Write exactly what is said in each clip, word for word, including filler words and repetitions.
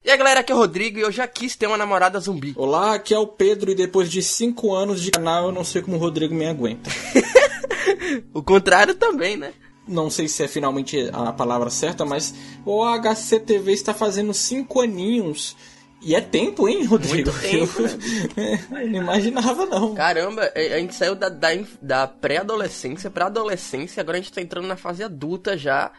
E aí galera, aqui é o Rodrigo e eu já quis ter uma namorada zumbi. Olá, aqui é o Pedro e depois de cinco anos de canal eu não sei como o Rodrigo me aguenta. O contrário também, né? Não sei se é finalmente a palavra certa, mas o H C T V está fazendo cinco aninhos. E é tempo, hein, Rodrigo? Muito tempo, né? Eu não imaginava, não. Caramba, a gente saiu da, da, da pré-adolescência pra adolescência, agora a gente tá entrando na fase adulta já.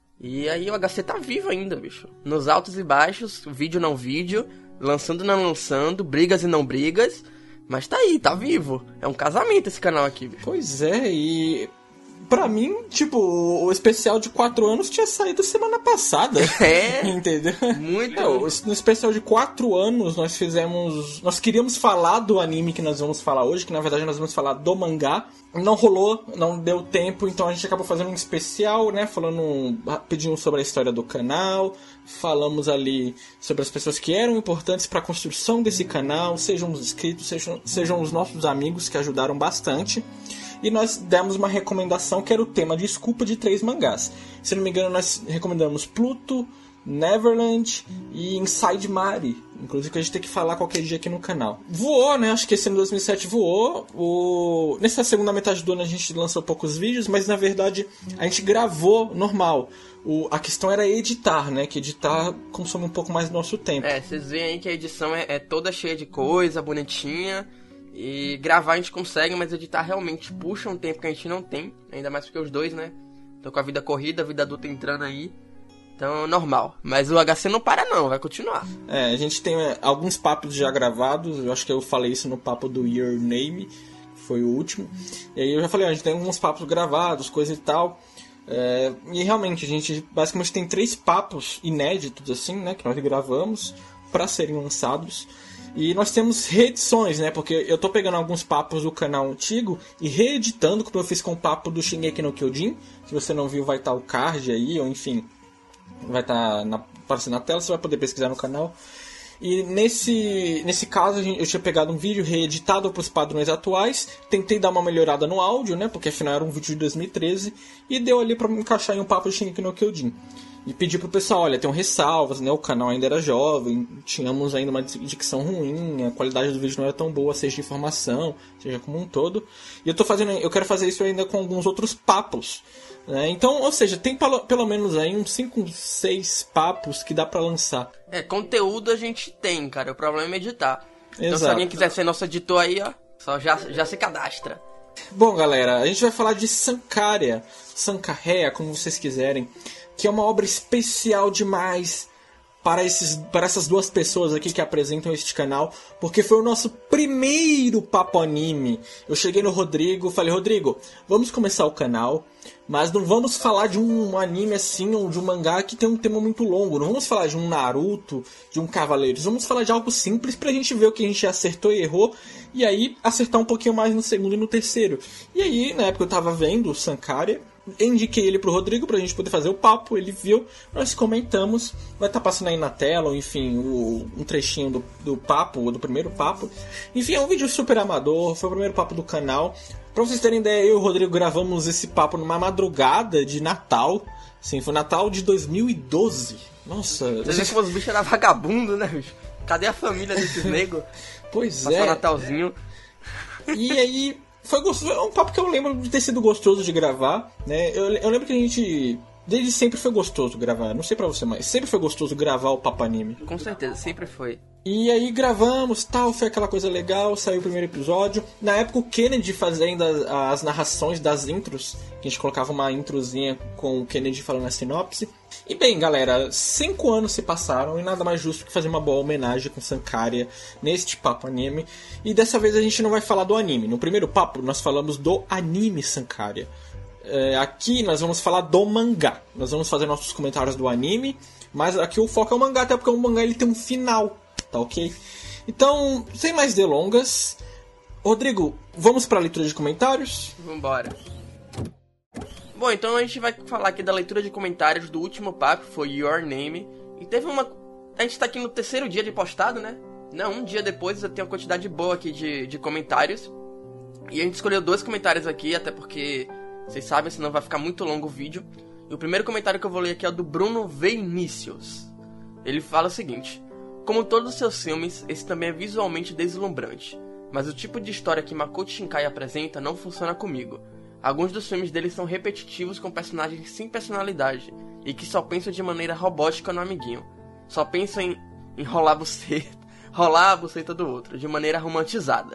E aí o H C tá vivo ainda, bicho. Nos altos e baixos, vídeo não vídeo, lançando não lançando, brigas e não brigas. Mas tá aí, tá vivo. É um casamento esse canal aqui, bicho. Pois é, e... Pra mim, tipo, o especial de quatro anos tinha saído semana passada. É, entendeu? Muito. É, no especial de quatro anos, nós fizemos... Nós queríamos falar do anime que nós vamos falar hoje, que na verdade nós vamos falar do mangá. Não rolou, não deu tempo, então a gente acabou fazendo um especial, né? Falando rapidinho sobre a história do canal. Falamos ali sobre as pessoas que eram importantes para a construção desse canal, sejam os inscritos, sejam, sejam os nossos amigos que ajudaram bastante. E nós demos uma recomendação que era o tema de Desculpa de três mangás. Se não me engano, nós recomendamos Pluto, Neverland e Inside Mari. Inclusive que a gente tem que falar qualquer dia aqui no canal. Voou, né? Acho que esse ano dois mil e sete voou. O... Nessa segunda metade do ano a gente lançou poucos vídeos, mas na verdade a gente gravou normal. O... A questão era editar, né? Que editar consome um pouco mais do nosso tempo. É, vocês veem aí que a edição é, é toda cheia de coisa, bonitinha. E gravar a gente consegue, mas editar realmente puxa um tempo que a gente não tem. Ainda mais porque os dois, né? Estão com a vida corrida, a vida adulta entrando aí. Então, normal. Mas o H C não para não, vai continuar. É, a gente tem é, alguns papos já gravados. Eu acho que eu falei isso no papo do Your Name, que foi o último. E aí eu já falei, ó, a gente tem alguns papos gravados, coisa e tal. É, e realmente, a gente basicamente tem três papos inéditos, assim, né? Que nós gravamos para serem lançados. E nós temos reedições, né? Porque eu tô pegando alguns papos do canal antigo e reeditando, como eu fiz com o papo do Shingeki no Kyojin. Se você não viu, vai estar o card aí, ou enfim, vai estar na, aparecendo na tela, você vai poder pesquisar no canal. E nesse, nesse caso, eu tinha pegado um vídeo reeditado para os padrões atuais, tentei dar uma melhorada no áudio, né? Porque afinal era um vídeo de dois mil e treze, e deu ali para encaixar em um papo do Shingeki no Kyojin. E pedi pro pessoal, olha, tem um ressalvas, né? O canal ainda era jovem, tínhamos ainda uma dicção ruim, a qualidade do vídeo não era tão boa, seja de informação, seja como um todo. E eu tô fazendo, eu quero fazer isso ainda com alguns outros papos, né? Então, ou seja, tem pelo, pelo menos aí uns cinco, seis papos que dá pra lançar. É, conteúdo a gente tem, cara, o problema é editar. Então Exato. Se alguém quiser ser nosso editor aí, ó, só já, já se cadastra. Bom, galera, a gente vai falar de Sankaria, Sankareya, como vocês quiserem, que é uma obra especial demais para, esses, para essas duas pessoas aqui que apresentam este canal, porque foi o nosso primeiro papo anime. Eu cheguei no Rodrigo, falei, Rodrigo, vamos começar o canal, mas não vamos falar de um anime assim, ou de um mangá que tem um tema muito longo, não vamos falar de um Naruto, de um Cavaleiros, vamos falar de algo simples pra gente ver o que a gente acertou e errou, e aí acertar um pouquinho mais no segundo e no terceiro. E aí, na época eu tava vendo o Sankaria, indiquei ele pro Rodrigo pra gente poder fazer o papo, ele viu, nós comentamos, vai estar tá passando aí na tela, ou enfim, o, um trechinho do, do papo, do primeiro papo. Enfim, é um vídeo super amador, foi o primeiro papo do canal. Pra vocês terem ideia, eu e o Rodrigo gravamos esse papo numa madrugada de Natal. Sim, foi Natal de dois mil e doze. Nossa... Vocês veem como os bichos eram vagabundos, né, bicho? Cadê a família desses negros? Pois Passou é. Natalzinho. E aí... Foi gostoso, é um papo que eu lembro de ter sido gostoso de gravar, né? Eu, eu lembro que a gente... Desde sempre foi gostoso gravar, não sei pra você, mas sempre foi gostoso gravar o papo anime. Com certeza, sempre foi. E aí gravamos, tal, foi aquela coisa legal, saiu o primeiro episódio. Na época o Kennedy fazendo as, as narrações das intros, que a gente colocava uma introzinha com o Kennedy falando a sinopse. E bem, galera, cinco anos se passaram e nada mais justo que fazer uma boa homenagem com Sankaria neste papo anime. E dessa vez a gente não vai falar do anime. No primeiro papo nós falamos do anime Sankaria. É, aqui nós vamos falar do mangá. Nós vamos fazer nossos comentários do anime, mas aqui o foco é o mangá, até porque o mangá ele tem um final, tá ok? Então, sem mais delongas, Rodrigo, vamos para a leitura de comentários? Vambora. Bom, então a gente vai falar aqui da leitura de comentários do último papo, foi Your Name. E teve uma... A gente tá aqui no terceiro dia de postado, né? Não, um dia depois eu tenho uma quantidade boa aqui de, de comentários. E a gente escolheu dois comentários aqui, até porque... Vocês sabem, senão vai ficar muito longo o vídeo. E o primeiro comentário que eu vou ler aqui é o do Bruno Vinícius. Ele fala o seguinte: Como todos os seus filmes, esse também é visualmente deslumbrante, mas o tipo de história que Makoto Shinkai apresenta não funciona comigo. Alguns dos filmes dele são repetitivos com personagens sem personalidade, e que só pensam de maneira robótica no amiguinho. Só pensam em enrolar a buceta, rolar a buceta do outro, de maneira romantizada.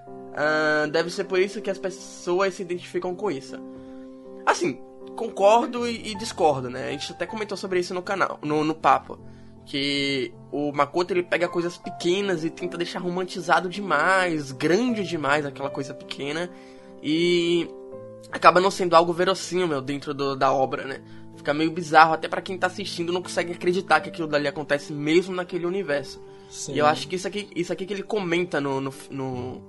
Uh, deve ser por isso que as pessoas se identificam com isso. Assim, concordo e, e discordo, né? A gente até comentou sobre isso no canal, no, no papo. Que o Makoto, ele pega coisas pequenas e tenta deixar romantizado demais, grande demais aquela coisa pequena, e acaba não sendo algo verossímil dentro do, da obra, né? Fica meio bizarro, até pra quem tá assistindo não consegue acreditar que aquilo dali acontece mesmo naquele universo. Sim. E eu acho que isso aqui, isso aqui que ele comenta no, no, no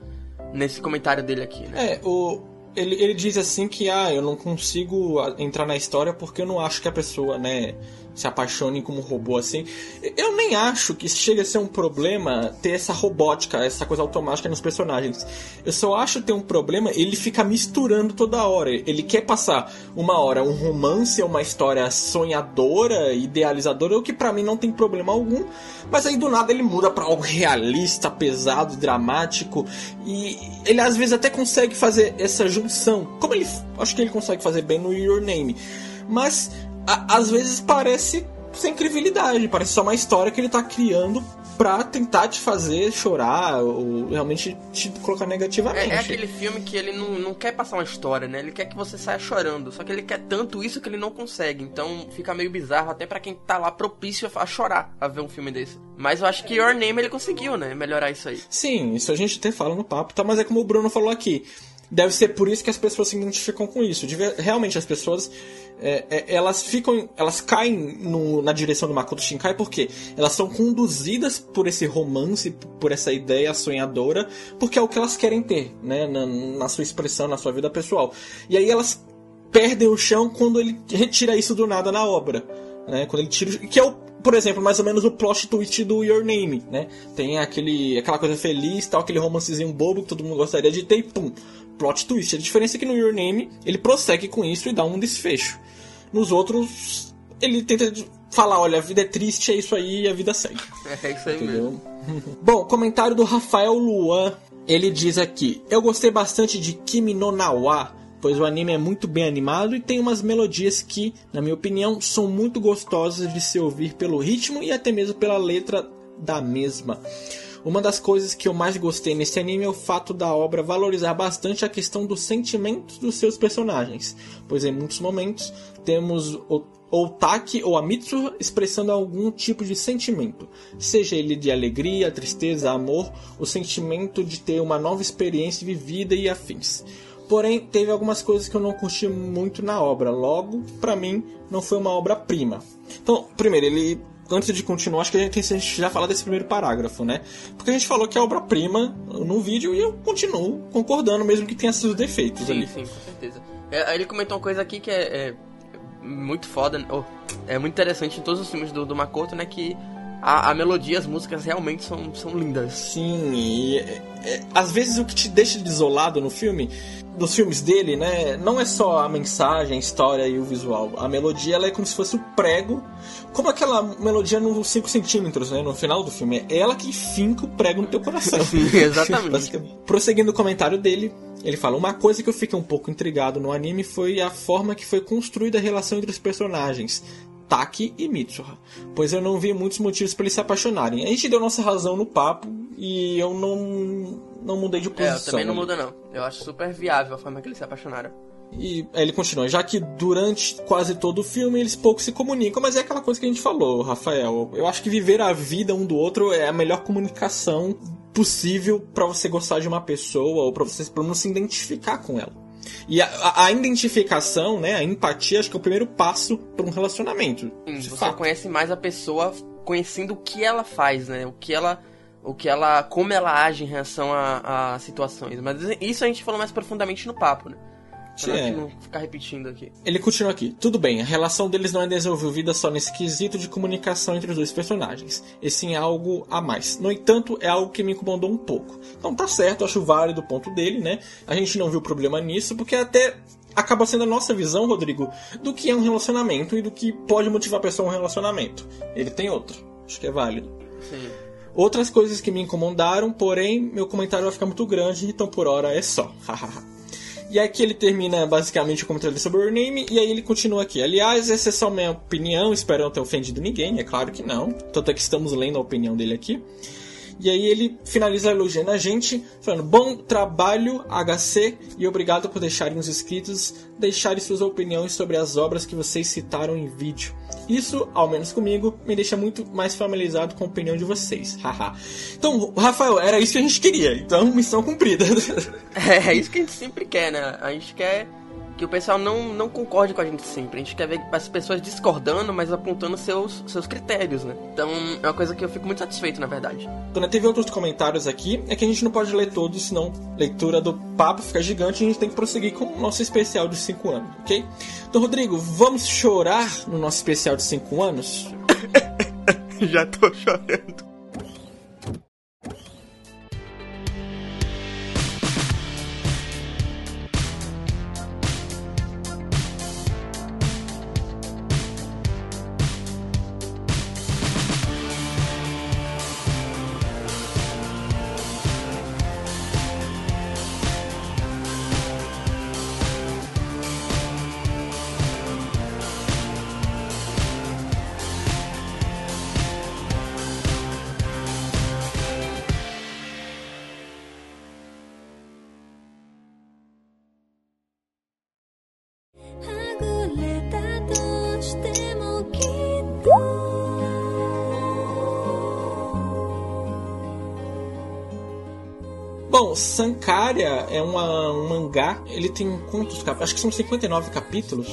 nesse comentário dele aqui, né? É, o... Ele, ele diz assim que ah, eu não consigo entrar na história porque eu não acho que a pessoa, né, se apaixone como robô assim. Eu nem acho que chega a ser um problema ter essa robótica, essa coisa automática nos personagens. Eu só acho ter um problema ele fica misturando toda hora. Ele quer passar uma hora um romance, uma história sonhadora, idealizadora, o que pra mim não tem problema algum. Mas aí do nada ele muda pra algo realista, pesado, dramático. E ele às vezes até consegue fazer essa junção. Como ele, acho que ele consegue fazer bem no Your Name. Mas a, às vezes parece sem credibilidade, parece só uma história que ele tá criando pra tentar te fazer chorar ou realmente te colocar negativamente. É, é aquele filme que ele não, não quer passar uma história, né? Ele quer que você saia chorando, só que ele quer tanto isso que ele não consegue. Então fica meio bizarro até pra quem tá lá propício a chorar a ver um filme desse. Mas eu acho que Your Name ele conseguiu, né? Melhorar isso aí. Sim, isso a gente até fala no papo, tá? Mas é como o Bruno falou aqui. Deve ser por isso que as pessoas se identificam com isso. Realmente as pessoas é, é, elas ficam, elas caem no, na direção do Makoto Shinkai porque elas são conduzidas por esse romance, por essa ideia sonhadora, porque é o que elas querem ter, né, na, na sua expressão, na sua vida pessoal. E aí elas perdem o chão quando ele retira isso do nada na obra, né? Quando ele tira, que é o, por exemplo, mais ou menos o plot twist do Your Name, né? Tem aquele, aquela coisa feliz, tal, aquele romancezinho bobo que todo mundo gostaria de ter e pum, plot twist. A diferença é que no Your Name ele prossegue com isso e dá um desfecho. Nos outros, ele tenta falar, olha, a vida é triste, é isso aí e a vida segue. É isso aí, entendeu? Mesmo. Bom, comentário do Rafael Luan. Ele diz aqui: eu gostei bastante de Kimi no Na wa, pois o anime é muito bem animado e tem umas melodias que, na minha opinião, são muito gostosas de se ouvir pelo ritmo e até mesmo pela letra da mesma. Uma das coisas que eu mais gostei nesse anime é o fato da obra valorizar bastante a questão dos sentimentos dos seus personagens, pois em muitos momentos temos o ou Taki ou a Mitsuha expressando algum tipo de sentimento, seja ele de alegria, tristeza, amor, o sentimento de ter uma nova experiência vivida e afins. Porém, teve algumas coisas que eu não curti muito na obra, logo, pra mim, não foi uma obra-prima. Então, primeiro, ele... Antes de continuar, acho que a gente tem que já falar desse primeiro parágrafo, né? Porque a gente falou que é obra-prima no vídeo e eu continuo concordando, mesmo que tenha seus defeitos sim, ali. Sim, com certeza. É, ele comentou uma coisa aqui que é, é muito foda, oh, é muito interessante em todos os filmes do, do Makoto, né? Que a, a melodia, as músicas realmente são, são lindas. Sim, e é, é, às vezes o que te deixa desolado no filme... dos filmes dele, né, não é só a mensagem, a história e o visual. A melodia, ela é como se fosse o prego, como aquela melodia nos cinco centímetros, né, no final do filme. É ela que finca o prego no teu coração. Exatamente. Prosseguindo o comentário dele, ele fala: uma coisa que eu fiquei um pouco intrigado no anime foi a forma que foi construída a relação entre os personagens Taki e Mitsuha, pois eu não vi muitos motivos para eles se apaixonarem. A gente deu nossa razão no papo e eu não, não mudei de posição. É, eu também não muda não. Eu acho super viável a forma que eles se apaixonaram. E aí ele continua: já que durante quase todo o filme eles pouco se comunicam, mas é aquela coisa que a gente falou, Rafael. Eu acho que viver a vida um do outro é a melhor comunicação possível para você gostar de uma pessoa ou para você pelo menos se identificar com ela. E a, a, a identificação, né, a empatia, acho que é o primeiro passo para um relacionamento. Sim, você fato. Conhece mais a pessoa conhecendo o que ela faz, né? O que ela, o que ela, como ela age em relação a, a situações. Mas isso a gente falou mais profundamente no papo, né? Pra é. não ficar repetindo aqui. Ele continua aqui: tudo bem, a relação deles não é desenvolvida só nesse quesito de comunicação entre os dois personagens, e sim algo a mais. No entanto, é algo que me incomodou um pouco. Então tá certo, acho válido o ponto dele, né? A gente não viu problema nisso, porque até acaba sendo a nossa visão, Rodrigo, do que é um relacionamento e do que pode motivar a pessoa a um relacionamento. Ele tem outro, acho que é válido. Sim. Outras coisas que me incomodaram, porém, meu comentário vai ficar muito grande, então por hora é só. E aqui ele termina basicamente o comentário sobre o Your Name, e aí ele continua aqui. Aliás, essa é só minha opinião, espero não ter ofendido ninguém, é claro que não. Tanto é que estamos lendo a opinião dele aqui. E aí ele finaliza elogiando a gente, falando: bom trabalho, H C, e obrigado por deixarem os inscritos deixarem suas opiniões sobre as obras que vocês citaram em vídeo. Isso, ao menos comigo, me deixa muito mais familiarizado com a opinião de vocês. Haha. Então, Rafael, era isso que a gente queria. Então, missão cumprida. É, é isso que a gente sempre quer, né? A gente quer que o pessoal não, não concorde com a gente sempre. A gente quer ver as pessoas discordando, mas apontando seus, seus critérios, né? Então, é uma coisa que eu fico muito satisfeito, na verdade. Então, teve outros comentários aqui. É que a gente não pode ler todos, senão a leitura do papo fica gigante e a gente tem que prosseguir com o nosso especial de cinco anos, ok? Então, Rodrigo, vamos chorar no nosso especial de cinco anos? Já tô chorando. Bom, Sankaria é uma, um mangá. Ele tem quantos capítulos? Acho que são cinquenta e nove capítulos.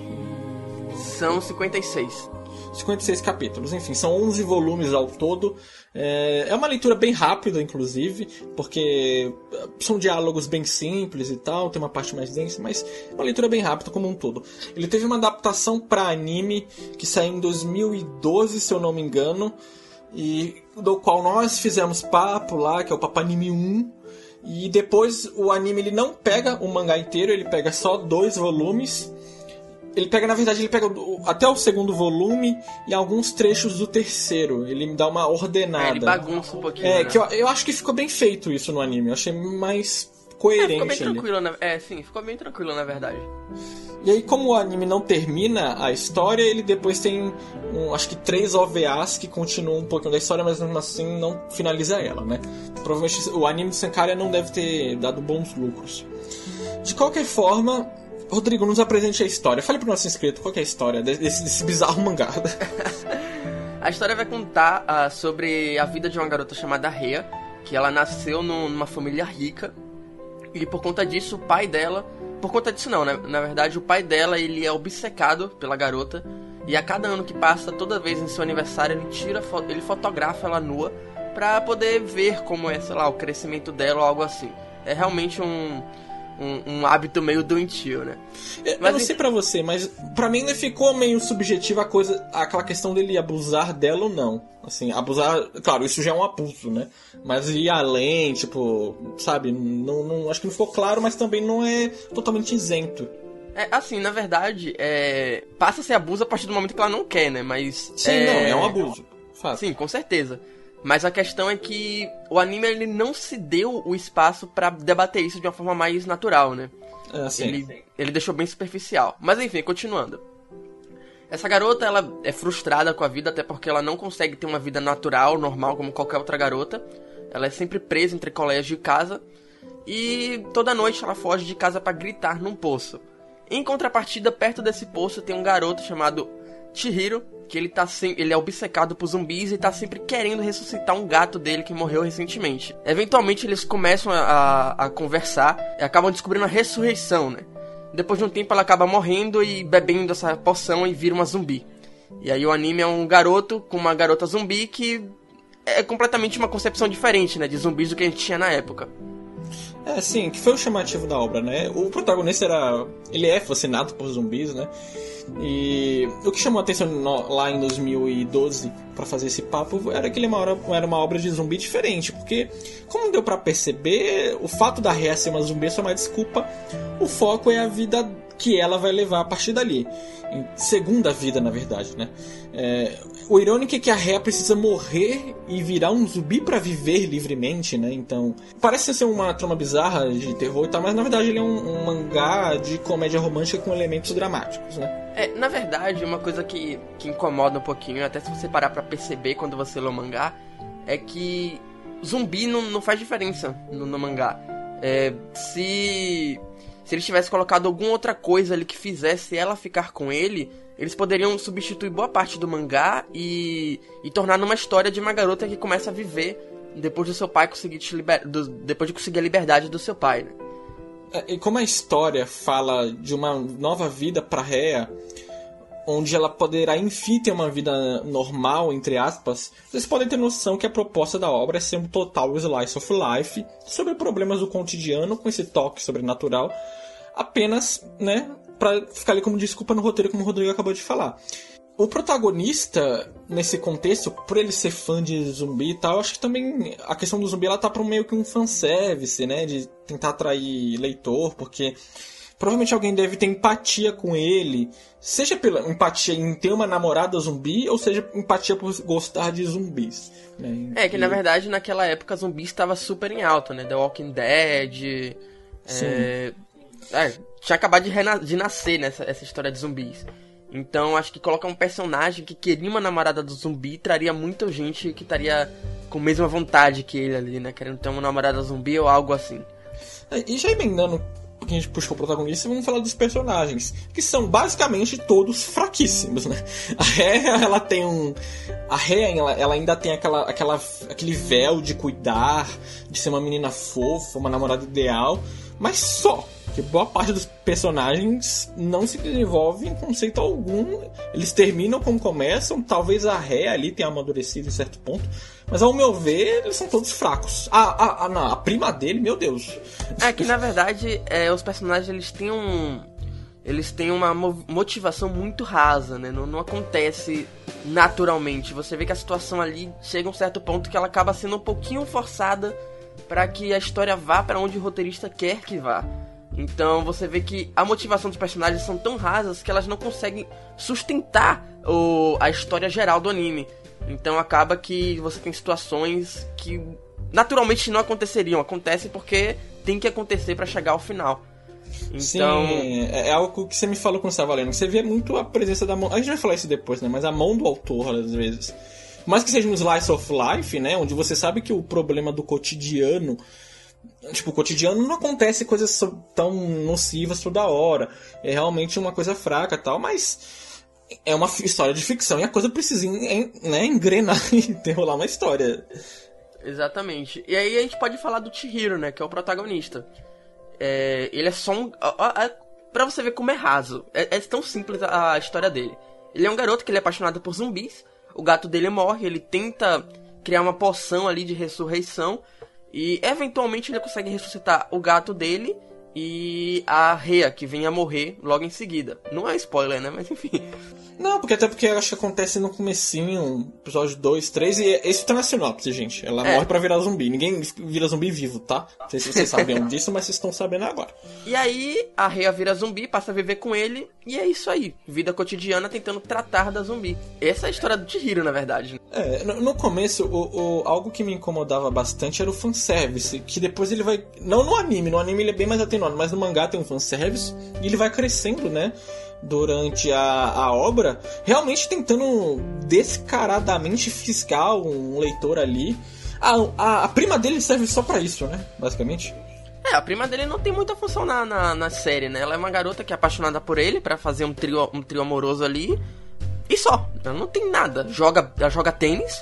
São cinquenta e seis. cinquenta e seis capítulos, enfim, são onze volumes ao todo. É uma leitura bem rápida, inclusive, porque são diálogos bem simples e tal, tem uma parte mais densa, mas é uma leitura bem rápida como um todo. Ele teve uma adaptação para anime que saiu em dois mil e doze, se eu não me engano, e do qual nós fizemos papo lá, que é o Papo Anime um. E depois o anime ele não pega o mangá inteiro, ele pega só dois volumes. Ele pega, na verdade, ele pega até o segundo volume e alguns trechos do terceiro. Ele me dá uma ordenada. É, ele bagunça um pouquinho. É, né? que eu, eu acho que ficou bem feito isso no anime. Eu achei mais coerente. É, ficou bem ali. tranquilo, na... É, sim, ficou bem tranquilo, na verdade. E aí, como o anime não termina a história, ele depois tem, um, acho que três O V As que continuam um pouquinho da história, mas mesmo assim não finaliza ela, né? Provavelmente o anime de Sankaria não deve ter dado bons lucros. De qualquer forma, Rodrigo, nos apresente a história. Fale pro nosso inscrito qual que é a história desse, desse bizarro mangá. A história vai contar uh, sobre a vida de uma garota chamada Rhea, que ela nasceu no, numa família rica, e por conta disso o pai dela... Por conta disso não, né? Na verdade o pai dela ele é obcecado pela garota, e a cada ano que passa, toda vez em seu aniversário, ele tira, ele fotografa ela nua pra poder ver como é, sei lá, o crescimento dela ou algo assim. É realmente um... Um, um hábito meio doentio, né? Eu, mas eu não sei pra você, mas pra mim ainda ficou meio subjetiva a coisa, aquela questão dele abusar dela ou não. Assim, abusar, claro, isso já é um abuso, né? Mas ir além, tipo, sabe, não, não, acho que não ficou claro, mas também não é totalmente isento. É, assim, na verdade, é, passa a ser abuso a partir do momento que ela não quer, né? Mas... Sim, é... não, é um abuso. Fato. Sim, com certeza. Mas a questão é que o anime ele não se deu o espaço pra debater isso de uma forma mais natural, né? É, assim. Ele, ele deixou bem superficial. Mas enfim, continuando. Essa garota, ela é frustrada com a vida, até porque ela não consegue ter uma vida natural, normal, como qualquer outra garota. Ela é sempre presa entre colégio e casa. E toda noite ela foge de casa pra gritar num poço. Em contrapartida, perto desse poço tem um garoto chamado Chihiro, que ele, tá sem... ele é obcecado por zumbis e tá sempre querendo ressuscitar um gato dele que morreu recentemente. Eventualmente eles começam a, a, a conversar e acabam descobrindo a ressurreição, né? Depois de um tempo ela acaba morrendo e bebendo essa poção e vira uma zumbi. E aí o anime é um garoto com uma garota zumbi que é completamente uma concepção diferente, né, de zumbis do que a gente tinha na época. É, sim, que foi o chamativo da obra, né? O protagonista era... ele é fascinado por zumbis, né? E o que chamou a atenção no, lá em dois mil e doze pra fazer esse papo era que ele era uma obra de zumbi diferente, porque, como deu pra perceber, o fato da Rhea ser uma zumbi é só uma desculpa. O foco é a vida que ela vai levar a partir dali, em segunda vida, na verdade, né? É, o irônico é que a Rhea precisa morrer e virar um zumbi pra viver livremente, né? Então, parece ser uma trama bizarra de terror e tal, mas na verdade ele é um, um mangá de comédia romântica com elementos dramáticos, né? É, na verdade, uma coisa que, que incomoda um pouquinho, até se você parar pra perceber quando você lê o mangá, é que zumbi não, não faz diferença no, no mangá. É, se, se eles tivessem colocado alguma outra coisa ali que fizesse ela ficar com ele, eles poderiam substituir boa parte do mangá e, e tornar numa história de uma garota que começa a viver depois do seu pai conseguir te liber... do, depois de conseguir a liberdade do seu pai, né? E como a história fala de uma nova vida pra Rhea, onde ela poderá enfim ter uma vida normal, entre aspas, vocês podem ter noção que a proposta da obra é ser um total slice of life sobre problemas do cotidiano com esse toque sobrenatural, apenas, né, pra ficar ali como desculpa no roteiro, como o Rodrigo acabou de falar. O protagonista, nesse contexto, por ele ser fã de zumbi e tal, acho que também a questão do zumbi ela tá pra meio que um fanservice, né? De tentar atrair leitor, porque provavelmente alguém deve ter empatia com ele, seja pela empatia em ter uma namorada zumbi, ou seja, empatia por gostar de zumbis. Né? É, que e... na verdade naquela época zumbi estava super em alta, né? The Walking Dead. É... É, tinha acabado de, rena... de nascer nessa essa história de zumbis. Então acho que colocar um personagem que queria uma namorada do zumbi traria muita gente que estaria com a mesma vontade que ele ali, né? Querendo ter uma namorada zumbi ou algo assim. É, e já emendando, porque a gente puxou o protagonista, vamos falar dos personagens, que são basicamente todos fraquíssimos, né? A Rhea, ela tem um... A Rhea, ela, ela ainda tem aquela, aquela, aquele véu de cuidar, de ser uma menina fofa, uma namorada ideal, mas só... Porque boa parte dos personagens não se desenvolve em conceito algum. Eles terminam como começam. Talvez a Rhea ali tenha amadurecido em certo ponto. Mas ao meu ver, eles são todos fracos. A, a, a, não, a prima dele, meu Deus. É que na verdade, é, os personagens eles têm um... Eles têm uma motivação muito rasa, né? Não, não acontece naturalmente. Você vê que a situação ali chega a um certo ponto que ela acaba sendo um pouquinho forçada para que a história vá para onde o roteirista quer que vá. Então você vê que a motivação dos personagens são tão rasas que elas não conseguem sustentar o, a história geral do anime. Então acaba que você tem situações que naturalmente não aconteceriam. Acontece porque tem que acontecer para chegar ao final. Então... Sim, é algo que você me falou quando você estava lendo. Você vê muito a presença da mão... A gente vai falar isso depois, né? Mas a mão do autor, às vezes. Mas que seja um slice of life, né? Onde você sabe que o problema do cotidiano... Tipo, o cotidiano não acontece coisas tão nocivas toda hora. É realmente uma coisa fraca e tal, mas é uma história de ficção e a coisa precisa, né, engrenar e desenrolar uma história. Exatamente. E aí a gente pode falar do Chihiro, né, que é o protagonista. É, ele é só um... Pra você ver como é raso. É, é tão simples a, a história dele. Ele é um garoto que ele é apaixonado por zumbis. O gato dele morre, ele tenta criar uma poção ali de ressurreição. E eventualmente ele consegue ressuscitar o gato dele e a Rhea, que vem a morrer logo em seguida. Não é spoiler, né? Mas enfim. Não, porque até porque eu acho que acontece no comecinho, episódio dois, três, e esse tá na sinopse, gente. Ela é. morre pra virar zumbi. Ninguém vira zumbi vivo, tá? Não sei se vocês sabiam disso, mas vocês estão sabendo agora. E aí, a Rhea vira zumbi, passa a viver com ele, e é isso aí. Vida cotidiana tentando tratar da zumbi. Essa é a história do Chihiro, na verdade. É, no, no começo, o, o, algo que me incomodava bastante era o fanservice, que depois ele vai... Não no anime, no anime ele é bem mais atenuado, mas no mangá tem um fanservice, e ele vai crescendo, né? Durante a, a obra, realmente tentando descaradamente fisgar um leitor ali. A, a, a prima dele serve só pra isso, né? Basicamente. É, a prima dele não tem muita função na, na, na série, né? Ela é uma garota que é apaixonada por ele pra fazer um trio, um trio amoroso ali. E só, ela não tem nada. Joga, ela joga tênis.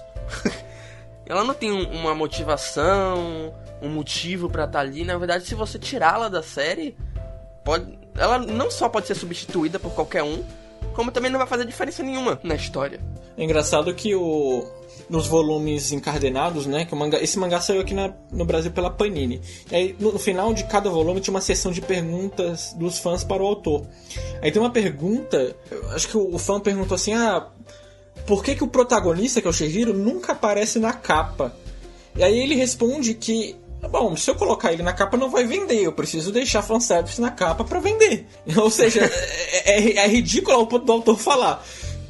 Ela não tem um, uma motivação, um motivo pra estar ali. Na verdade, se você tirá-la da série, pode... ela não só pode ser substituída por qualquer um, como também não vai fazer diferença nenhuma na história. É engraçado que o... nos volumes encadernados, né, que o mangá... esse mangá saiu aqui na... no Brasil pela Panini. E aí, no... no final de cada volume tinha uma sessão de perguntas dos fãs para o autor. Aí tem uma pergunta, acho que o fã perguntou assim, ah, por que que o protagonista, que é o Chihiro, nunca aparece na capa? E aí ele responde que, bom, se eu colocar ele na capa não vai vender, eu preciso deixar fanservice na capa pra vender. Ou seja, é, é, é ridículo ao ponto do autor falar,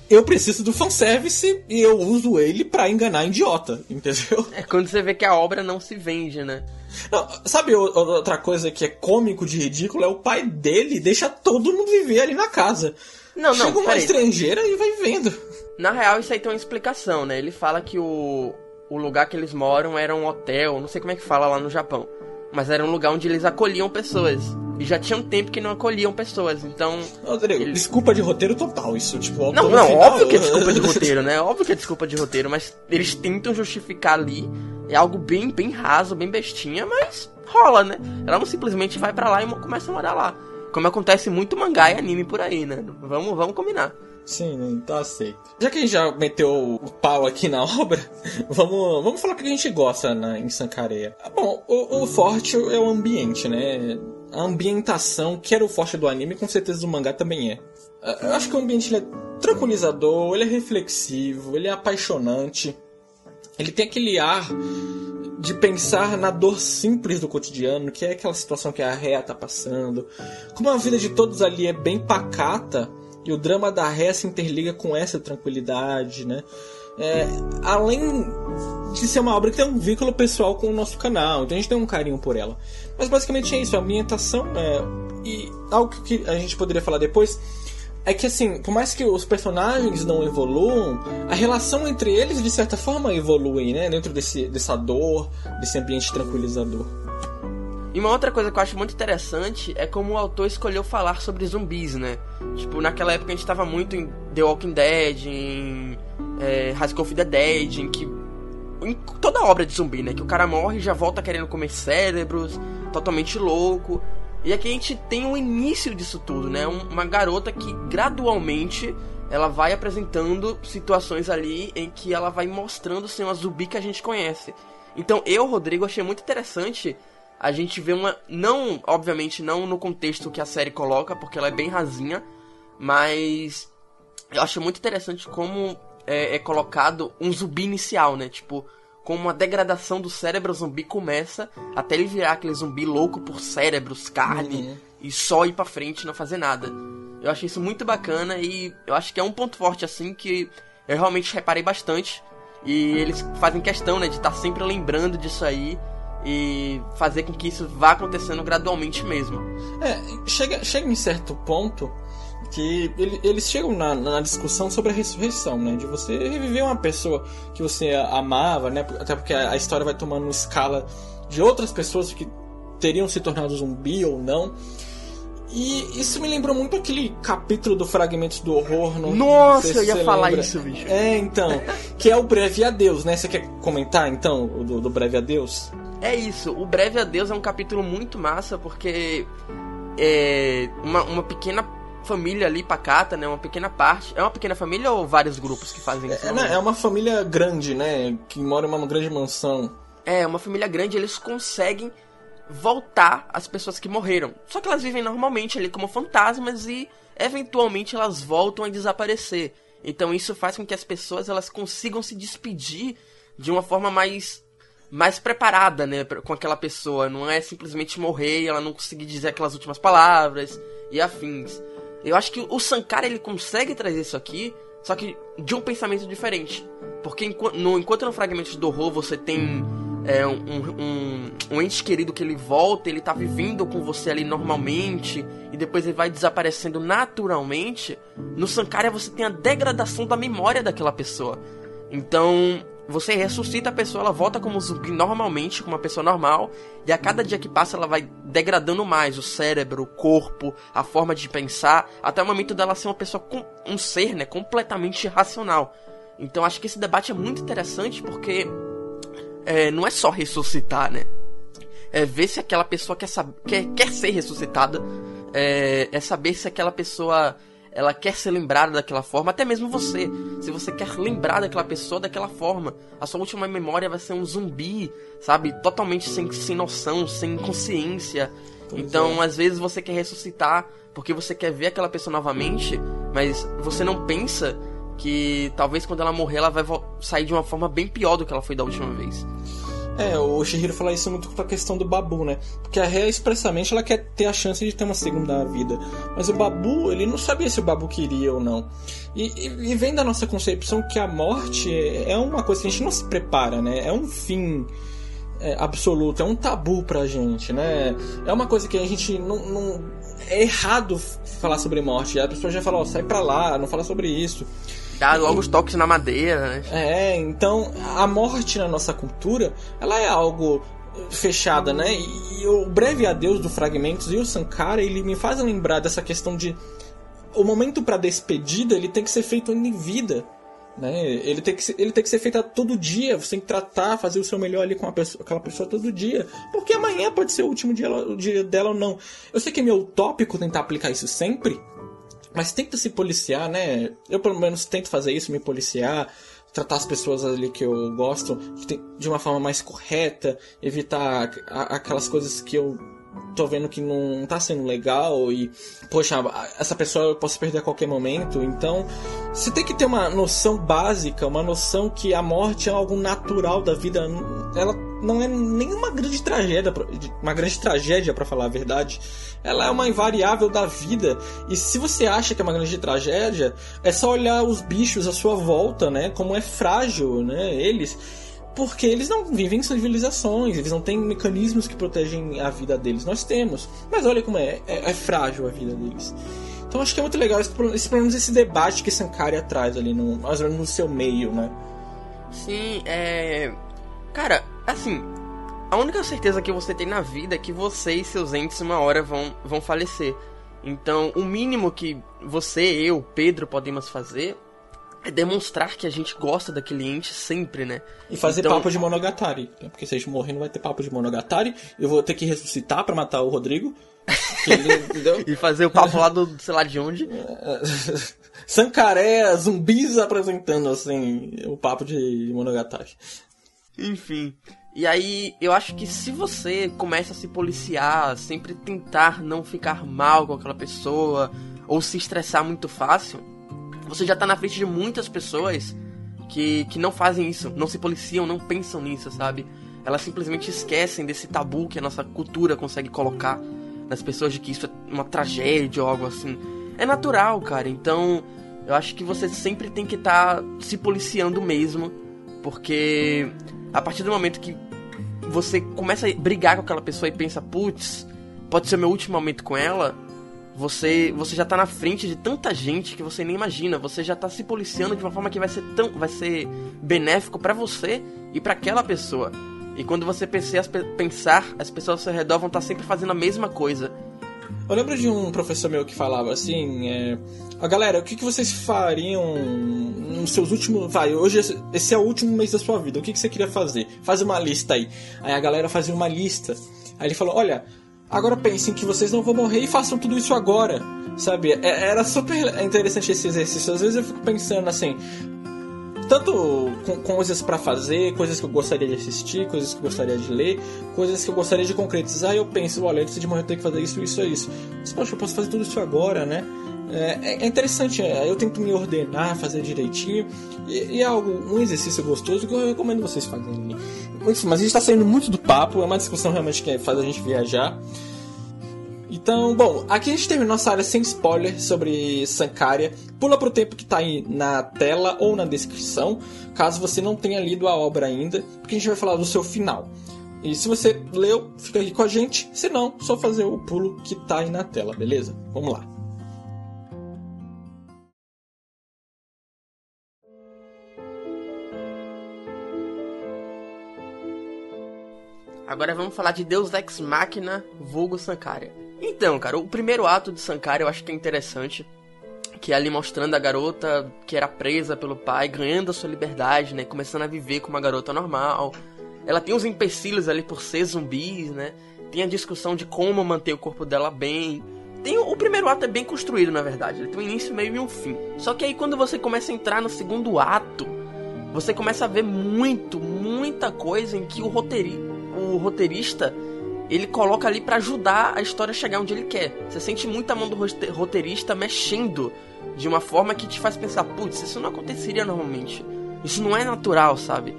eu preciso do fanservice e eu uso ele pra enganar idiota, entendeu? É quando você vê que a obra não se vende, né? Não, sabe outra coisa que é cômico de ridículo? É o pai dele deixa todo mundo viver ali na casa. Não, não, Chega uma peraí. estrangeira e vai vendo. Na real, isso aí tem uma explicação, né? Ele fala que o, o lugar que eles moram era um hotel, não sei como é que fala lá no Japão. Mas era um lugar onde eles acolhiam pessoas. E já tinha um tempo que não acolhiam pessoas, então... Rodrigo, ele... desculpa de roteiro total, isso, tipo... O não, não, final... óbvio que é desculpa de roteiro, né? Óbvio que é desculpa de roteiro, mas eles tentam justificar ali. É algo bem, bem raso, bem bestinha, mas rola, né? Ela não simplesmente vai pra lá e começa a morar lá. Como acontece muito mangá e anime por aí, né? Vamos, vamos combinar. Sim, tá aceito. Já que a gente já meteu o pau aqui na obra, vamos, vamos falar o que a gente gosta na, em Sankareya. Bom, o, o forte é o ambiente, né? A ambientação, que era o forte do anime, com certeza do mangá também é. Eu acho que o ambiente ele é tranquilizador, ele é reflexivo, ele é apaixonante. Ele tem aquele ar de pensar na dor simples do cotidiano, que é aquela situação que a Rhea tá passando. Como a vida de todos ali é bem pacata, e o drama da Rhea se interliga com essa tranquilidade, né? É, além de ser uma obra que tem um vínculo pessoal com o nosso canal, então a gente tem um carinho por ela. Mas basicamente é isso, a ambientação é, e algo que a gente poderia falar depois é que, assim, por mais que os personagens não evoluam, a relação entre eles de certa forma evolui, né? Dentro desse, dessa dor, desse ambiente tranquilizador. E uma outra coisa que eu acho muito interessante é como o autor escolheu falar sobre zumbis, né? Tipo, naquela época a gente tava muito em The Walking Dead, em é, High School of the Dead, em que... em toda obra de zumbi, né? Que o cara morre e já volta querendo comer cérebros, totalmente louco. E aqui a gente tem o início disso tudo, né? Uma garota que gradualmente ela vai apresentando situações ali em que ela vai mostrando ser uma zumbi que a gente conhece. Então eu, Rodrigo, achei muito interessante a gente ver uma... Não, obviamente, não no contexto que a série coloca, porque ela é bem rasinha, mas eu acho muito interessante como é, é colocado um zumbi inicial, né? Tipo, como uma degradação do cérebro zumbi começa até ele virar aquele zumbi louco por cérebros, carne, uhum. E só ir pra frente e não fazer nada. Eu achei isso muito bacana e eu acho que é um ponto forte, assim, que eu realmente reparei bastante. E eles fazem questão, né, de estar sempre lembrando disso aí e fazer com que isso vá acontecendo gradualmente mesmo. É, chega, chega em certo ponto que ele, eles chegam na, na discussão sobre a ressurreição, né? De você reviver uma pessoa que você amava, né? Até porque a, a história vai tomando escala de outras pessoas que teriam se tornado zumbi ou não. E isso me lembrou muito aquele capítulo do Fragmentos do Horror. Não, Nossa, não eu ia falar lembra. isso, bicho. É, então. Que é o Breve Adeus, né? Você quer comentar, então, o do, do Breve Adeus? É isso. O Breve Adeus é um capítulo muito massa, porque é uma, uma pequena família ali pacata, né? Uma pequena parte. É uma pequena família ou vários grupos que fazem isso? É, né? É uma família grande, né? Que mora em uma grande mansão. É, uma família grande, eles conseguem voltar as pessoas que morreram. Só que elas vivem normalmente ali como fantasmas e eventualmente elas voltam a desaparecer. Então isso faz com que as pessoas elas consigam se despedir de uma forma mais, mais preparada, né, com aquela pessoa. Não é simplesmente morrer e ela não conseguir dizer aquelas últimas palavras e afins. Eu acho que o Sankara ele consegue trazer isso aqui, só que de um pensamento diferente. Porque enquanto no, enquanto no Fragmentos do Horror você tem É um, um, um ente querido que ele volta, ele tá vivendo com você ali normalmente e depois ele vai desaparecendo naturalmente. No Sankara você tem a degradação da memória daquela pessoa. Então você ressuscita a pessoa, ela volta como zumbi normalmente, como uma pessoa normal, e a cada dia que passa ela vai degradando mais o cérebro, o corpo, a forma de pensar, até o momento dela ser uma pessoa, com, um ser, né, completamente irracional. Então acho que esse debate é muito interessante porque É, não é só ressuscitar, né? É ver se aquela pessoa quer, sab- quer, quer ser ressuscitada. É, é saber se aquela pessoa ela quer ser lembrada daquela forma. Até mesmo você. Se você quer lembrar daquela pessoa daquela forma. A sua última memória vai ser um zumbi, sabe? Totalmente sem, sem noção, sem consciência. Pois então, é. Às vezes você quer ressuscitar porque você quer ver aquela pessoa novamente, mas você não pensa que talvez quando ela morrer ela vai vo- sair de uma forma bem pior do que ela foi da última vez. É, o Chihiro fala isso muito com a questão do Babu, né? Porque a Rhea, expressamente, ela quer ter a chance de ter uma segunda vida. Mas o Babu, ele não sabia se o Babu queria ou não. E, e, e vem da nossa concepção que a morte é uma coisa que a gente não se prepara, né? É um fim é, absoluto, é um tabu pra gente, né? É uma coisa que a gente não... não... É errado falar sobre morte. A pessoa já fala, ó, sai pra lá, não fala sobre isso. Dá logo os toques na madeira, né? É, então a morte na nossa cultura, ela é algo fechada, né? E, e o breve adeus do Fragmentos e o Sankara, ele me faz lembrar dessa questão de o momento pra despedida, ele tem que ser feito em vida, né? Ele tem que ser, ele tem que ser feito todo dia. Você tem que tratar, fazer o seu melhor ali com a pessoa, aquela pessoa todo dia, porque amanhã pode ser o último dia, o dia dela ou não. Eu sei que é meio utópico tentar aplicar isso sempre, mas tenta se policiar, né? Eu, pelo menos, tento fazer isso, me policiar, tratar as pessoas ali que eu gosto de uma forma mais correta, evitar aquelas coisas que eu tô vendo que não tá sendo legal e, poxa, essa pessoa eu posso perder a qualquer momento. Então, você tem que ter uma noção básica, uma noção que a morte é algo natural da vida. Ela não é nenhuma grande tragédia, uma grande tragédia, pra falar a verdade. Ela é uma invariável da vida. E se você acha que é uma grande tragédia, é só olhar os bichos à sua volta, né? Como é frágil, né? Eles... Porque eles não vivem em civilizações, eles não têm mecanismos que protegem a vida deles. Nós temos. Mas olha como é, é, é frágil a vida deles. Então acho que é muito legal esse, esse, pelo menos esse debate que Sankara traz ali, no, mais ou menos no seu meio, né? Sim, é... Cara, assim, a única certeza que você tem na vida é que você e seus entes uma hora vão, vão falecer. Então, o mínimo que você, eu, Pedro, podemos fazer é demonstrar que a gente gosta daquele ente sempre, né? E fazer então... papo de Monogatari. Porque se a gente morrer não vai ter papo de Monogatari. Eu vou ter que ressuscitar pra matar o Rodrigo. Ele, entendeu? E fazer o papo lá do sei lá de onde. Sankaré, zumbis apresentando, assim, o papo de Monogatari. Enfim. E aí, eu acho que se você começa a se policiar, sempre tentar não ficar mal com aquela pessoa, ou se estressar muito fácil, você já tá na frente de muitas pessoas que, que não fazem isso, não se policiam, não pensam nisso, sabe? Elas simplesmente esquecem desse tabu que a nossa cultura consegue colocar nas pessoas de que isso é uma tragédia ou algo assim. É natural, cara. Então, eu acho que você sempre tem que estar tá se policiando mesmo, porque a partir do momento que você começa a brigar com aquela pessoa e pensa, putz, pode ser o meu último momento com ela, Você, você já tá na frente de tanta gente que você nem imagina. Você já tá se policiando de uma forma que vai ser, tão, vai ser benéfico pra você e pra aquela pessoa. E quando você pensar, as, pensar, as pessoas ao seu redor vão estar sempre fazendo a mesma coisa. Eu lembro de um professor meu que falava assim, é, a galera, o que, que vocês fariam nos seus últimos... Vai, hoje esse é o último mês da sua vida, o que, que você queria fazer? Faz uma lista aí. Aí a galera fazia uma lista. Aí ele falou, olha... Agora pensem que vocês não vão morrer e façam tudo isso agora, sabe? É, era super interessante esse exercício. Às vezes eu fico pensando assim, tanto com coisas pra fazer, coisas que eu gostaria de assistir, coisas que eu gostaria de ler, coisas que eu gostaria de concretizar, e eu penso, olha, antes de morrer eu tenho que fazer isso, isso e isso. Mas, poxa, eu posso fazer tudo isso agora, né? É, é interessante, eu tento me ordenar, fazer direitinho, e, e é algo, um exercício gostoso que eu recomendo vocês fazerem. Mas a gente tá saindo muito do papo, é uma discussão realmente que faz a gente viajar. Então, bom, aqui a gente terminou nossa área sem spoiler sobre Sankara. Pula pro tempo que tá aí na tela ou na descrição, caso você não tenha lido a obra ainda, porque a gente vai falar do seu final. E se você leu, fica aqui com a gente, se não, só fazer o pulo que tá aí na tela, beleza? Vamos lá. Agora vamos falar de Deus Ex Machina, vulgo Sankara. Então, cara, o primeiro ato de Sankara eu acho que é interessante, que é ali mostrando a garota que era presa pelo pai, ganhando a sua liberdade, né, começando a viver como uma garota normal. Ela tem os empecilhos ali por ser zumbis, né, tem a discussão de como manter o corpo dela bem. Tem o, o primeiro ato é bem construído, na verdade, ele tem um início, meio e um fim. Só que aí quando você começa a entrar no segundo ato, você começa a ver muito, muita coisa em que o roteirista o roteirista, ele coloca ali pra ajudar a história a chegar onde ele quer. Você sente muito a mão do roteirista mexendo de uma forma que te faz pensar, putz, isso não aconteceria normalmente. Isso não é natural, sabe? E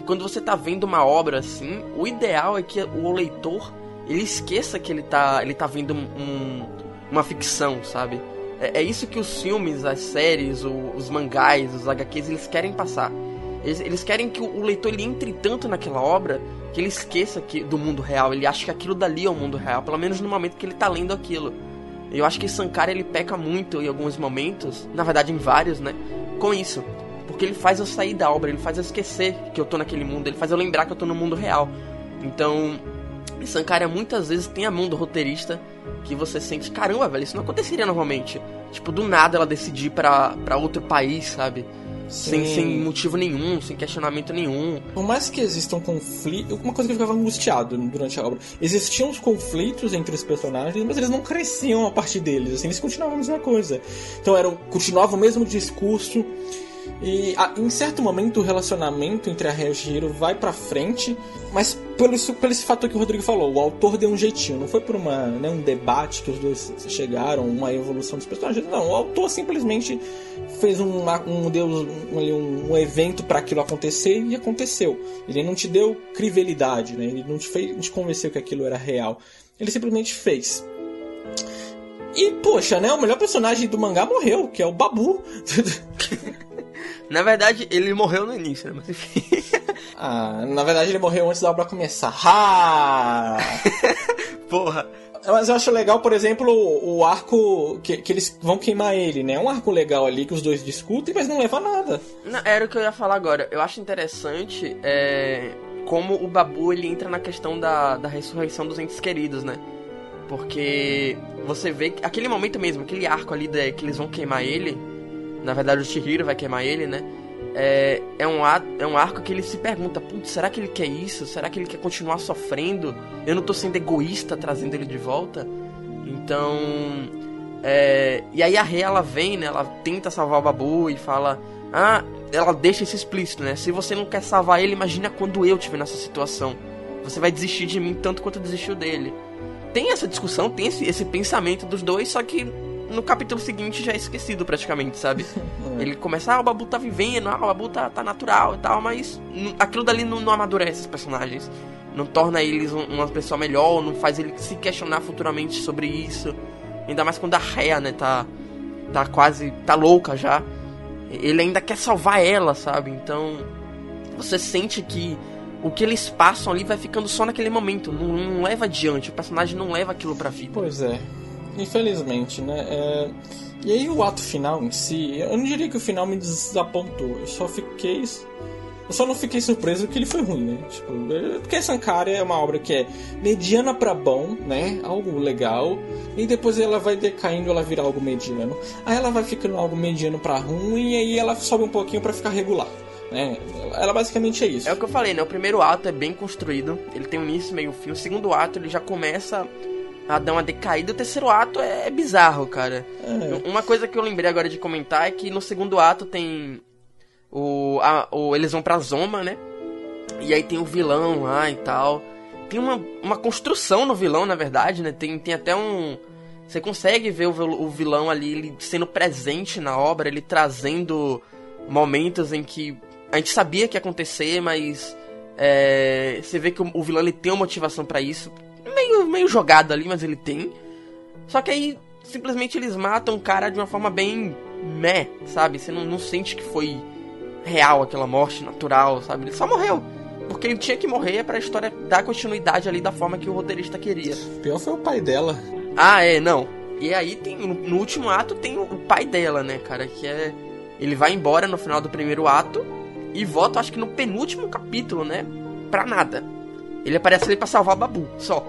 quando você tá vendo uma obra assim, o ideal é que o leitor, ele esqueça que ele tá, ele tá vendo um, uma ficção, sabe? É, é isso que os filmes, as séries, o, os mangás, os agá quês, eles querem passar. Eles, eles querem que o, o leitor ele entre tanto naquela obra que ele esqueça que, do mundo real. Ele acha que aquilo dali é o mundo real, pelo menos no momento que ele tá lendo aquilo. Eu acho que Sankara ele peca muito em alguns momentos, na verdade em vários, né, com isso. Porque ele faz eu sair da obra, ele faz eu esquecer que eu tô naquele mundo, ele faz eu lembrar que eu tô no mundo real. Então, Sankara muitas vezes tem a mão do roteirista que você sente, caramba, velho, isso não aconteceria normalmente. Tipo, do nada ela decidir pra, pra outro país, sabe? Sem, sem motivo nenhum, sem questionamento nenhum. Por mais que existam conflitos... Uma coisa que eu ficava angustiado durante a obra. Existiam os conflitos entre os personagens, mas eles não cresciam a partir deles. Assim, eles continuavam a mesma coisa. Então, era, continuava o mesmo discurso. E a, em certo momento o relacionamento entre a Rei e o Chihiro vai pra frente, mas pelo, isso, pelo esse fator que o Rodrigo falou, o autor deu um jeitinho, não foi por uma, né, um debate que os dois chegaram, uma evolução dos personagens, não, o autor simplesmente fez um, um, deu um, um, um evento para aquilo acontecer e aconteceu. Ele não te deu crivelidade, né? Ele não te, fez, não te convenceu que aquilo era real, ele simplesmente fez. E poxa, né, o melhor personagem do mangá morreu, que é o Babu. Na verdade, ele morreu no início, né? Mas enfim. Ah, na verdade ele morreu antes da obra começar. Ha! Porra. Mas eu acho legal, por exemplo, o, o arco que, que eles vão queimar ele, né? É um arco legal ali que os dois discutem, mas não leva a nada. Não, era o que eu ia falar agora. Eu acho interessante é, como o Babu ele entra na questão da, da ressurreição dos entes queridos, né? Porque você vê que aquele momento mesmo, aquele arco ali de, que eles vão queimar ele. Na verdade o Chihiro vai queimar ele, né? É, é, um, é um arco que ele se pergunta, putz, será que ele quer isso? Será que ele quer continuar sofrendo? Eu não tô sendo egoísta trazendo ele de volta? Então... É, e aí a Rei, ela vem, né? Ela tenta salvar o Babu e fala... Ah, ela deixa isso explícito, né? Se você não quer salvar ele, imagina quando eu estiver nessa situação. Você vai desistir de mim tanto quanto desistiu dele. Tem essa discussão, tem esse, esse pensamento dos dois, só que... no capítulo seguinte já é esquecido praticamente, sabe? É. Ele começa, ah, o Babu tá vivendo, ah, o Babu tá, tá natural e tal, mas aquilo dali não, não amadurece os personagens. Não torna eles um, uma pessoa melhor, não faz ele se questionar futuramente sobre isso. Ainda mais quando a Rhea, né, tá, tá quase, tá louca já. Ele ainda quer salvar ela, sabe? Então, você sente que o que eles passam ali vai ficando só naquele momento, não, não leva adiante, o personagem não leva aquilo pra vida. Pois é. Infelizmente, né? É... E aí o ato final em si, eu não diria que o final me desapontou. Eu só fiquei... Eu só não fiquei surpreso que ele foi ruim, né? Tipo, porque Sankara é uma obra que é mediana pra bom, né? Algo legal. E depois ela vai decaindo, ela vira algo mediano. Aí ela vai ficando algo mediano pra ruim. E aí ela sobe um pouquinho pra ficar regular. Né? Ela basicamente é isso. É o que eu falei, né? O primeiro ato é bem construído. Ele tem um início, meio fim. O segundo ato ele já começa... a dar uma decaída. O terceiro ato é bizarro, cara. É. Uma coisa que eu lembrei agora de comentar é que no segundo ato tem o, a, o eles vão pra Zoma, né? E aí tem o vilão lá e tal. Tem uma, uma construção no vilão, na verdade, né? Tem, tem até um... Você consegue ver o, o vilão ali, ele sendo presente na obra, ele trazendo momentos em que a gente sabia que ia acontecer, mas é, você vê que o, o vilão ele tem uma motivação pra isso. Meio, meio jogado ali, mas ele tem. Só que aí, simplesmente eles matam o cara de uma forma bem... meh, sabe? Você não, não sente que foi real aquela morte natural, sabe? Ele só morreu. Porque ele tinha que morrer pra história dar continuidade ali da forma que o roteirista queria. Pior foi o pai dela. Ah, é, não. E aí, tem no, no último ato, tem o, o pai dela, né, cara? Que é... Ele vai embora no final do primeiro ato e volta, acho que no penúltimo capítulo, né? Pra nada. Ele aparece ali pra salvar o Babu, só.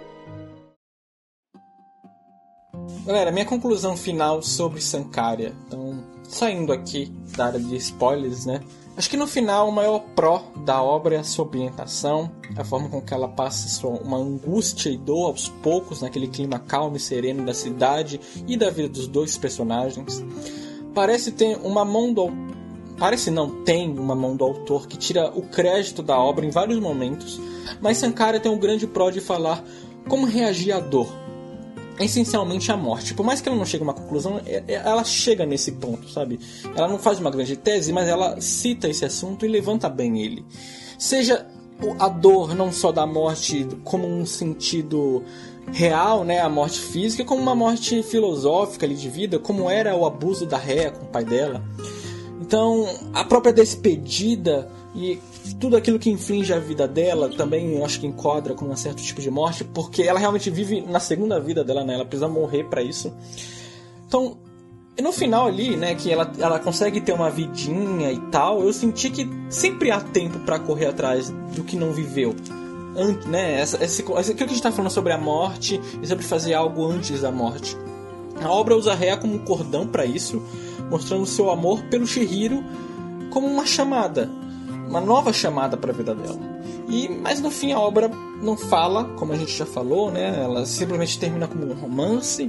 Galera, minha conclusão final sobre Sankara. Então, saindo aqui da área de spoilers, né? Acho que no final o maior pró da obra é a sua ambientação, a forma com que ela passa sua, uma angústia e dor aos poucos naquele clima calmo e sereno da cidade e da vida dos dois personagens. Parece ter uma mão do Parece não, tem uma mão do autor que tira o crédito da obra em vários momentos, mas Sankara tem um grande pró de falar como reagir à dor. Essencialmente a morte. Por mais que ela não chegue a uma conclusão, ela chega nesse ponto, sabe? Ela não faz uma grande tese, mas ela cita esse assunto e levanta bem ele. seja a dor não só da morte como um sentido real, né, a morte física, como uma morte filosófica ali de vida, como era o abuso da Rhea com o pai dela. Então, a própria despedida e tudo aquilo que inflige a vida dela também eu acho que enquadra com um certo tipo de morte, porque ela realmente vive na segunda vida dela, né? Ela precisa morrer pra isso. Então, no final ali, né, que ela, ela consegue ter uma vidinha e tal, eu senti que sempre há tempo pra correr atrás do que não viveu. Ant, né? Essa, esse, aquilo que a gente tá falando sobre a morte e sobre fazer algo antes da morte. A obra usa a Rhea como um cordão pra isso, mostrando seu amor pelo Chihiro como uma chamada, uma nova chamada para a vida dela. E, mas no fim a obra não fala, como a gente já falou, né? Ela simplesmente termina como um romance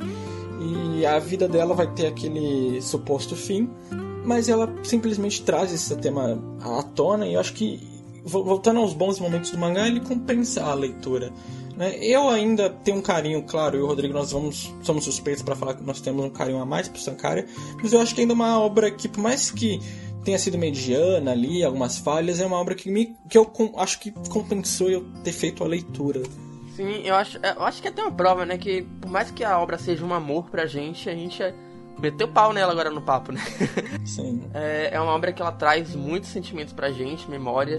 e a vida dela vai ter aquele suposto fim, mas ela simplesmente traz esse tema à tona e eu acho que, voltando aos bons momentos do mangá, ele compensa a leitura. Eu ainda tenho um carinho, claro, eu e o Rodrigo nós vamos, somos suspeitos para falar que nós temos um carinho a mais pro Sankara, mas eu acho que ainda é uma obra que, por mais que tenha sido mediana ali, algumas falhas, é uma obra que, me, que eu com, acho que compensou eu ter feito a leitura. Sim, eu acho, eu acho que é até uma prova, né, que por mais que a obra seja um amor pra gente, a gente meteu pau nela agora no papo, né? Sim. É, é uma obra que ela traz muitos sentimentos pra gente, memórias,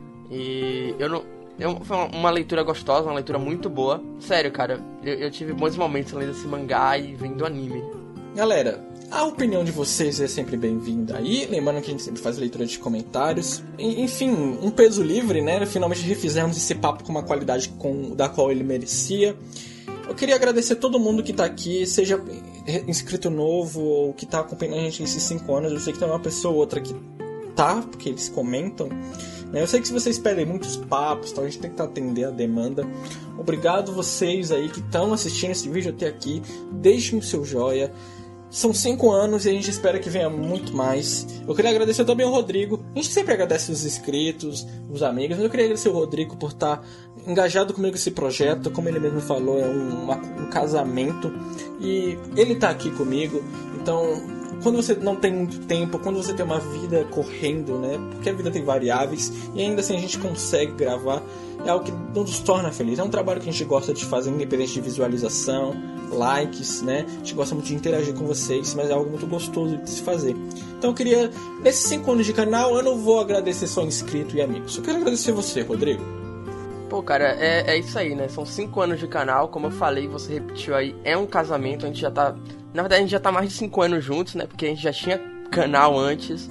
e eu não... Eu, foi uma leitura gostosa, uma leitura muito boa. Sério, cara, eu, eu tive bons momentos lendo esse mangá e vendo o anime. Galera, a opinião de vocês é sempre bem-vinda aí. Lembrando que a gente sempre faz leitura de comentários. E, enfim, um peso livre, né? Finalmente refizemos esse papo com uma qualidade com, da qual ele merecia. Eu queria agradecer todo mundo que tá aqui, seja inscrito novo ou que tá acompanhando a gente nesses cinco anos. Eu sei que tem uma pessoa ou outra que tá, porque eles comentam. Eu sei que se vocês pedem muitos papos, então a gente tem que atender a demanda. Obrigado vocês aí que estão assistindo esse vídeo até aqui. Deixem o seu joia. São cinco anos e a gente espera que venha muito mais. Eu queria agradecer também ao Rodrigo. A gente sempre agradece os inscritos, os amigos. Mas eu queria agradecer ao Rodrigo por estar engajado comigo nesse projeto. Como ele mesmo falou, é um, uma, um casamento. E ele está aqui comigo. Então... Quando você não tem muito tempo, quando você tem uma vida correndo, né? Porque a vida tem variáveis e ainda assim a gente consegue gravar, é algo que nos torna feliz. É um trabalho que a gente gosta de fazer, independente de visualização, likes, né? A gente gosta muito de interagir com vocês, mas é algo muito gostoso de se fazer. Então eu queria, nesses cinco anos de canal, eu não vou agradecer só inscrito e amigos. Eu quero agradecer você, Rodrigo. Pô, cara, é, é isso aí, né? São cinco anos de canal, como eu falei, você repetiu aí, é um casamento, a gente já tá... Na verdade, a gente já tá mais de cinco anos juntos, né? Porque a gente já tinha canal antes.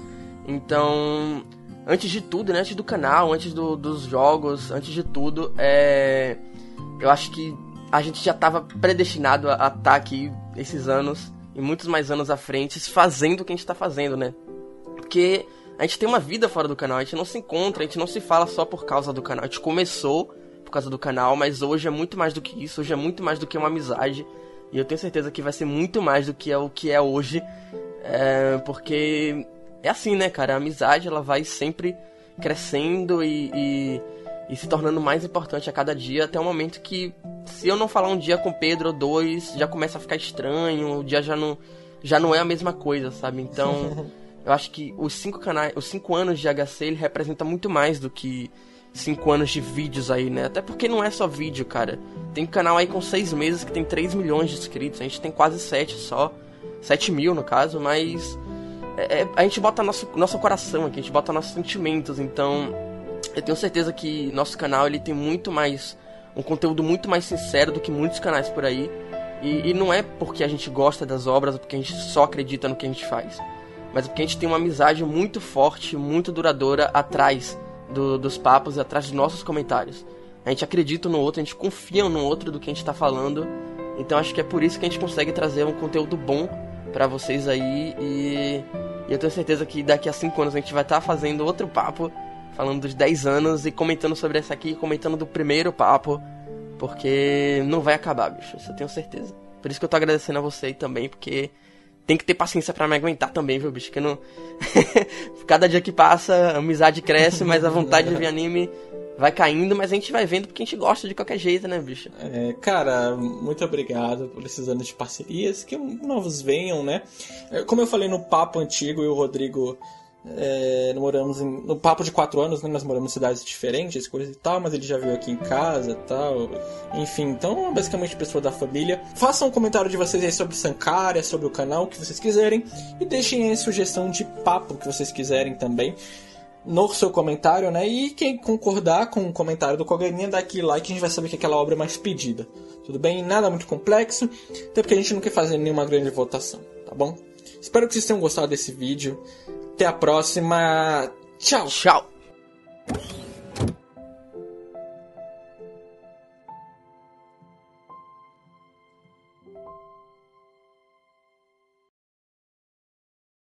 Então, antes de tudo, né? Antes do canal, antes do, dos jogos, antes de tudo, é... eu acho que a gente já tava predestinado a estar tá aqui esses anos, e muitos mais anos à frente, fazendo o que a gente tá fazendo, né? Porque a gente tem uma vida fora do canal, a gente não se encontra, a gente não se fala só por causa do canal. A gente começou por causa do canal, mas hoje é muito mais do que isso, hoje é muito mais do que uma amizade. E eu tenho certeza que vai ser muito mais do que é o que é hoje. É, porque é assim, né, cara? A amizade, ela vai sempre crescendo e, e, e se tornando mais importante a cada dia. Até o momento que, se eu não falar um dia com o Pedro ou dois, já começa a ficar estranho. O dia já não, já não é a mesma coisa, sabe? Então, eu acho que os cinco, canais, os cinco anos de H C, ele representa muito mais do que... cinco anos de vídeos aí, né? Até porque não é só vídeo, cara. Tem canal aí com seis meses que tem três milhões de inscritos. A gente tem quase sete só. sete mil no caso, mas... É, é, a gente bota nosso, nosso coração aqui, a gente bota nossos sentimentos. Então, eu tenho certeza que nosso canal, ele tem muito mais... um conteúdo muito mais sincero do que muitos canais por aí. E, e não é porque a gente gosta das obras, ou porque a gente só acredita no que a gente faz. Mas porque a gente tem uma amizade muito forte, muito duradoura atrás Do, dos papos e atrás dos nossos comentários. A gente acredita no outro, a gente confia no outro do que a gente tá falando. Então acho que é por isso que a gente consegue trazer um conteúdo bom pra vocês aí. E, e eu tenho certeza que daqui a cinco anos a gente vai estar tá fazendo outro papo, falando dos dez anos e comentando sobre essa aqui, comentando do primeiro papo, porque não vai acabar, bicho, isso eu tenho certeza. Por isso que eu tô agradecendo a você aí também, porque tem que ter paciência pra me aguentar também, viu, bicho? Que não... Cada dia que passa, a amizade cresce, mas a vontade de ver anime vai caindo, mas a gente vai vendo porque a gente gosta de qualquer jeito, né, bicho? É, cara, muito obrigado por esses anos de parcerias, que novos venham, né? Como eu falei no papo antigo, e o Rodrigo É, moramos em, no papo de quatro anos, né, nós moramos em cidades diferentes, coisa e tal, mas ele já veio aqui em casa e tal. Enfim, então basicamente pessoa da família. Façam um comentário de vocês aí sobre Sankara, sobre o canal, o que vocês quiserem. E deixem aí sugestão de papo que vocês quiserem também no seu comentário, né? E quem concordar com o comentário do Koganinha, dá aquele like, a gente vai saber que aquela obra é mais pedida. Tudo bem? Nada muito complexo, até porque a gente não quer fazer nenhuma grande votação, tá bom? Espero que vocês tenham gostado desse vídeo. Até a próxima. Tchau. Tchau.